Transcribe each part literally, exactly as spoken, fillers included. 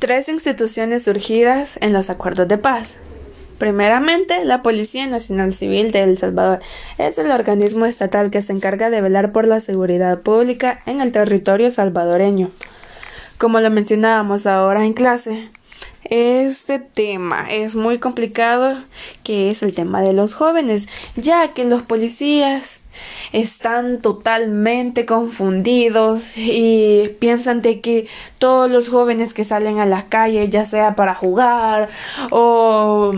Tres instituciones surgidas en los acuerdos de paz. Primeramente, la Policía Nacional Civil de El Salvador es el organismo estatal que se encarga de velar por la seguridad pública en el territorio salvadoreño. Como lo mencionábamos ahora en clase, este tema es muy complicado, que es el tema de los jóvenes, ya que los policías están totalmente confundidos y piensan de que todos los jóvenes que salen a la calle, ya sea para jugar o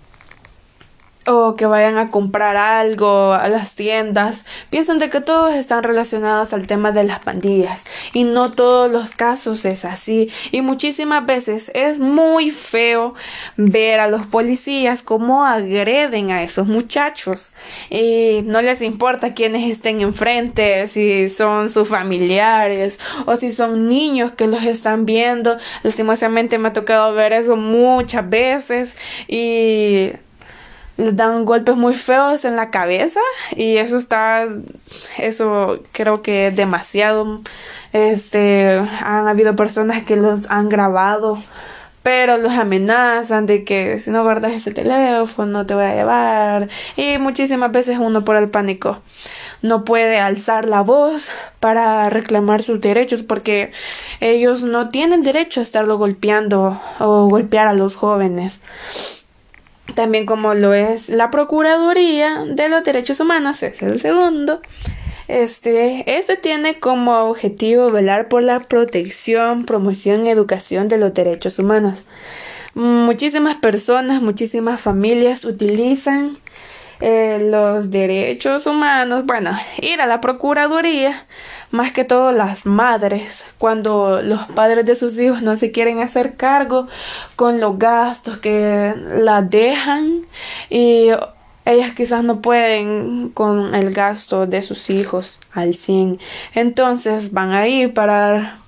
o que vayan a comprar algo a las tiendas, piensan de que todos están relacionados al tema de las pandillas, y no todos los casos es así, y muchísimas veces es muy feo ver a los policías cómo agreden a esos muchachos, y no les importa quiénes estén enfrente, si son sus familiares o si son niños que los están viendo. Lastimosamente me ha tocado ver eso muchas veces y les dan golpes muy feos en la cabeza, y eso está, eso creo que es demasiado. Este, han habido personas que los han grabado, pero los amenazan de que si no guardas ese teléfono te voy a llevar, y muchísimas veces uno por el pánico no puede alzar la voz para reclamar sus derechos, porque ellos no tienen derecho a estarlo golpeando o golpear a los jóvenes. También, como lo es la Procuraduría de los Derechos Humanos, es el segundo. Este, este tiene como objetivo velar por la protección, promoción y educación de los derechos humanos. Muchísimas personas, muchísimas familias utilizan eh, los derechos humanos, bueno, ir a la Procuraduría, más que todo las madres, cuando los padres de sus hijos no se quieren hacer cargo con los gastos que las dejan, y ellas quizás no pueden con el gasto de sus hijos al cien, entonces van ahí para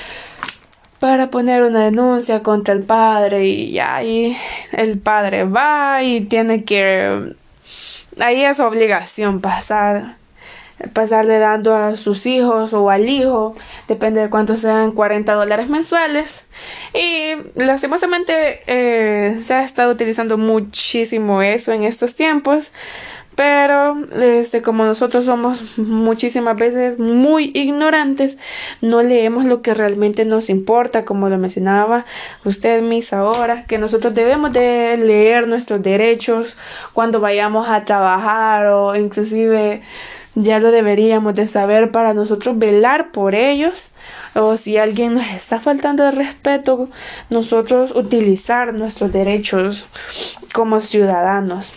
para poner una denuncia contra el padre, y ya ahí el padre va y tiene que, ahí es obligación pasar pasarle dando a sus hijos o al hijo, depende de cuánto sean, cuarenta dólares mensuales. Y lastimosamente eh, se ha estado utilizando muchísimo eso en estos tiempos, pero este, como nosotros somos muchísimas veces muy ignorantes, no leemos lo que realmente nos importa, como lo mencionaba usted, Miss, ahora, que nosotros debemos de leer nuestros derechos cuando vayamos a trabajar, o inclusive ya lo deberíamos de saber para nosotros velar por ellos, o si alguien nos está faltando de respeto, nosotros utilizar nuestros derechos como ciudadanos.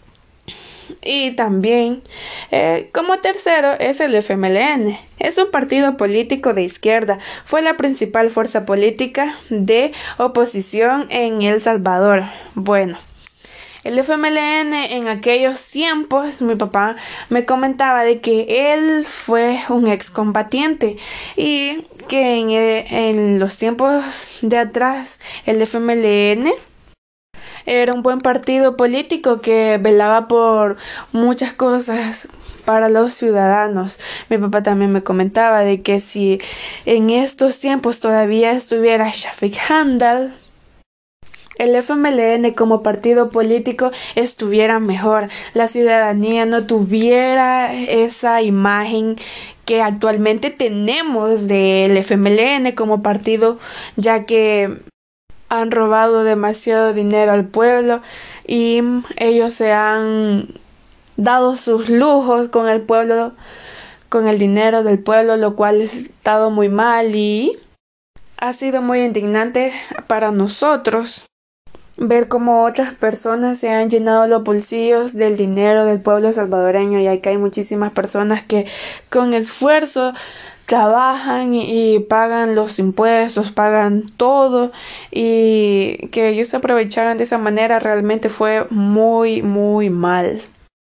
Y también, eh, como tercero, es el F M L N. Es un partido político de izquierda. Fue la principal fuerza política de oposición en El Salvador. Bueno, el F M L N en aquellos tiempos, mi papá me comentaba de que él fue un excombatiente, y que en, en los tiempos de atrás el F M L N era un buen partido político que velaba por muchas cosas para los ciudadanos. Mi papá también me comentaba de que si en estos tiempos todavía estuviera Shafik Handal, el F M L N como partido político estuviera mejor, la ciudadanía no tuviera esa imagen que actualmente tenemos del F M L N como partido, ya que han robado demasiado dinero al pueblo y ellos se han dado sus lujos con el pueblo, con el dinero del pueblo, lo cual ha estado muy mal, y ha sido muy indignante para nosotros ver cómo otras personas se han llenado los bolsillos del dinero del pueblo salvadoreño, y que hay muchísimas personas que con esfuerzo trabajan y, y pagan los impuestos, pagan todo, y que ellos se aprovecharan de esa manera realmente fue muy muy mal.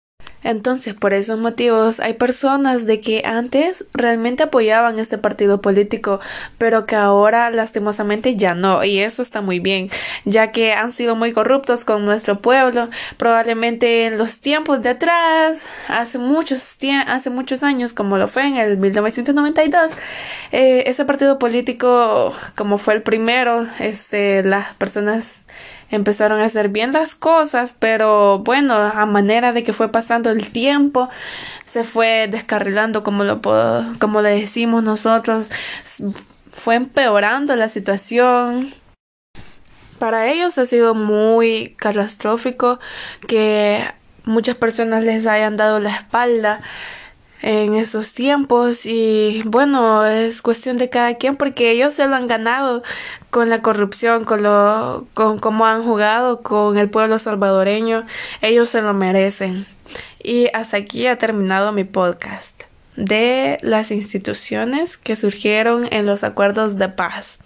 Entonces, por esos motivos, hay personas de que antes realmente apoyaban este partido político, pero que ahora lastimosamente ya no, y eso está muy bien, ya que han sido muy corruptos con nuestro pueblo. Probablemente en los tiempos de atrás, hace muchos tie- hace muchos años, como lo fue en el mil novecientos noventa y dos, eh, ese partido político, como fue el primero, este, las personas empezaron a hacer bien las cosas, pero bueno, a manera de que fue pasando el tiempo, se fue descarrilando, como lo puedo- como le decimos nosotros, s- fue empeorando la situación. Para ellos ha sido muy catastrófico que muchas personas les hayan dado la espalda en esos tiempos, y bueno, es cuestión de cada quien porque ellos se lo han ganado con la corrupción, con lo con cómo han jugado con el pueblo salvadoreño. Ellos se lo merecen. Y hasta aquí ha terminado mi podcast de las instituciones que surgieron en los acuerdos de paz.